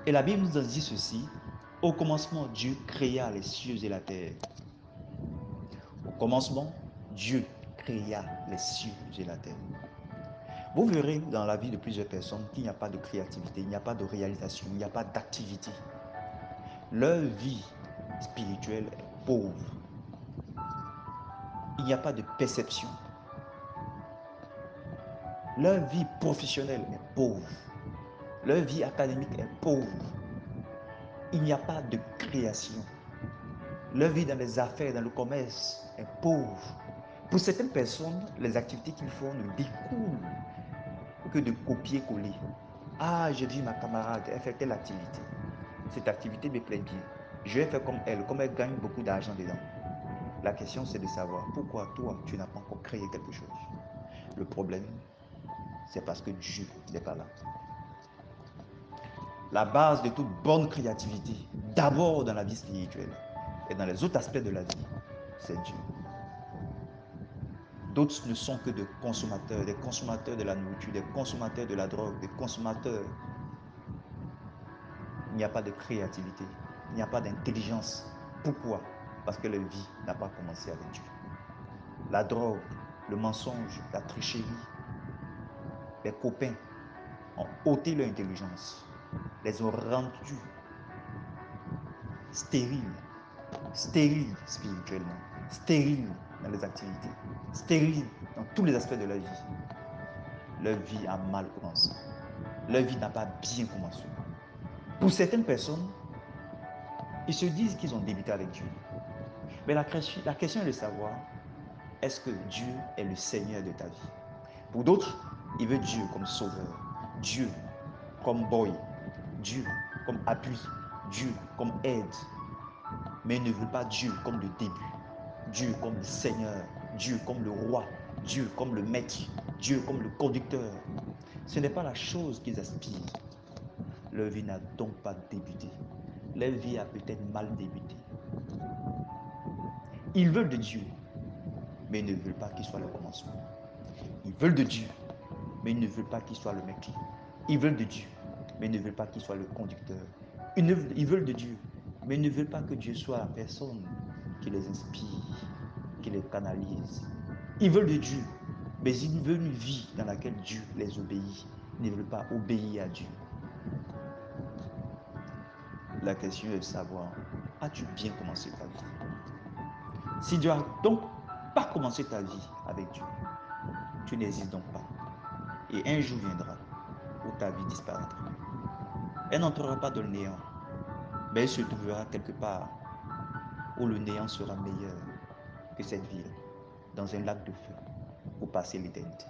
Et la Bible nous dit ceci: au commencement, Dieu créa les cieux et la terre. Au commencement, Dieu créa les cieux et la terre. Vous verrez dans la vie de plusieurs personnes qu'il n'y a pas de créativité, il n'y a pas de réalisation, il n'y a pas d'activité. Leur vie spirituelle est pauvre. Il n'y a pas de perception. Leur vie professionnelle est pauvre. Leur vie académique est pauvre. Il n'y a pas de création. Leur vie dans les affaires, dans le commerce est pauvre. Pour certaines personnes, les activités qu'ils font ne découlent que de copier-coller. Ah, j'ai vu ma camarade, elle fait telle activité. Cette activité me plaît bien. Je vais faire comme elle gagne beaucoup d'argent dedans. La question, c'est de savoir pourquoi toi, tu n'as pas encore créé quelque chose. Le problème, c'est parce que Dieu n'est pas là. La base de toute bonne créativité, d'abord dans la vie spirituelle et dans les autres aspects de la vie, c'est Dieu. D'autres ne sont que des consommateurs de la nourriture, des consommateurs de la drogue, des consommateurs. Il n'y a pas de créativité, il n'y a pas d'intelligence. Pourquoi? Parce que leur vie n'a pas commencé avec Dieu. La drogue, le mensonge, la tricherie, les copains ont ôté leur intelligence, les ont rendus stériles, stériles spirituellement, stériles dans les activités, stériles dans tous les aspects de leur vie. Leur vie a mal commencé. Leur vie n'a pas bien commencé. Pour certaines personnes, ils se disent qu'ils ont débuté avec Dieu. Mais la question est de savoir, est-ce que Dieu est le Seigneur de ta vie? Pour d'autres, ils veulent Dieu comme sauveur, Dieu comme boy, Dieu comme appui, Dieu comme aide. Mais ils ne veulent pas Dieu comme le début, Dieu comme le Seigneur, Dieu comme le roi, Dieu comme le maître, Dieu comme le conducteur. Ce n'est pas la chose qu'ils aspirent. Leur vie n'a donc pas débuté. Leur vie a peut-être mal débuté. Ils veulent de Dieu, mais ils ne veulent pas qu'il soit le commencement. Ils veulent de Dieu, mais ils ne veulent pas qu'il soit le maître. Ils veulent de Dieu, mais ils ne veulent pas qu'il soit le conducteur. Ils veulent de Dieu, mais ils ne veulent pas que Dieu soit la personne qui les inspire, qui les canalise. Ils veulent de Dieu, mais ils veulent une vie dans laquelle Dieu les obéit. Ils ne veulent pas obéir à Dieu. La question est de savoir, as-tu bien commencé ta vie? Si tu n'as donc pas commencé ta vie avec Dieu, tu n'hésites donc pas. Et un jour viendra où ta vie disparaîtra. Elle n'entrera pas dans le néant, mais elle se trouvera quelque part où le néant sera meilleur que cette vie-là, dans un lac de feu, pour passer l'éternité.